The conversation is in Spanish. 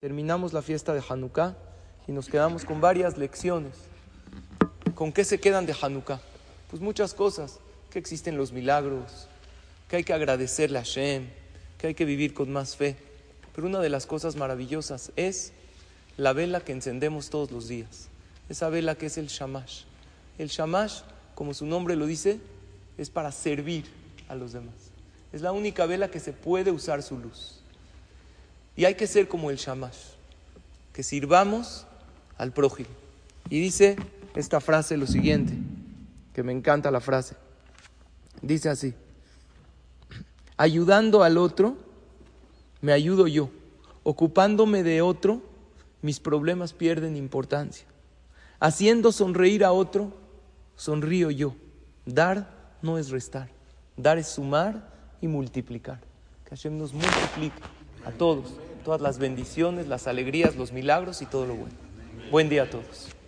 Terminamos la fiesta de Hanukkah y nos quedamos con varias lecciones. ¿Con qué se quedan de Hanukkah? Pues muchas cosas, que existen los milagros, que hay que agradecerle a Hashem, que hay que vivir con más fe. Pero una de las cosas maravillosas es la vela que encendemos todos los días. Esa vela que es el Shamash. El Shamash, como su nombre lo dice, es para servir a los demás. Es la única vela que se puede usar su luz. Y hay que ser como el Shamash, que sirvamos al prójimo. Y dice esta frase lo siguiente, que me encanta la frase. Dice así: ayudando al otro, me ayudo yo. Ocupándome de otro, mis problemas pierden importancia. Haciendo sonreír a otro, sonrío yo. Dar no es restar, dar es sumar y multiplicar. Que Hashem nos multiplique a todos, todas las bendiciones, las alegrías, los milagros y todo lo bueno. Buen día a todos.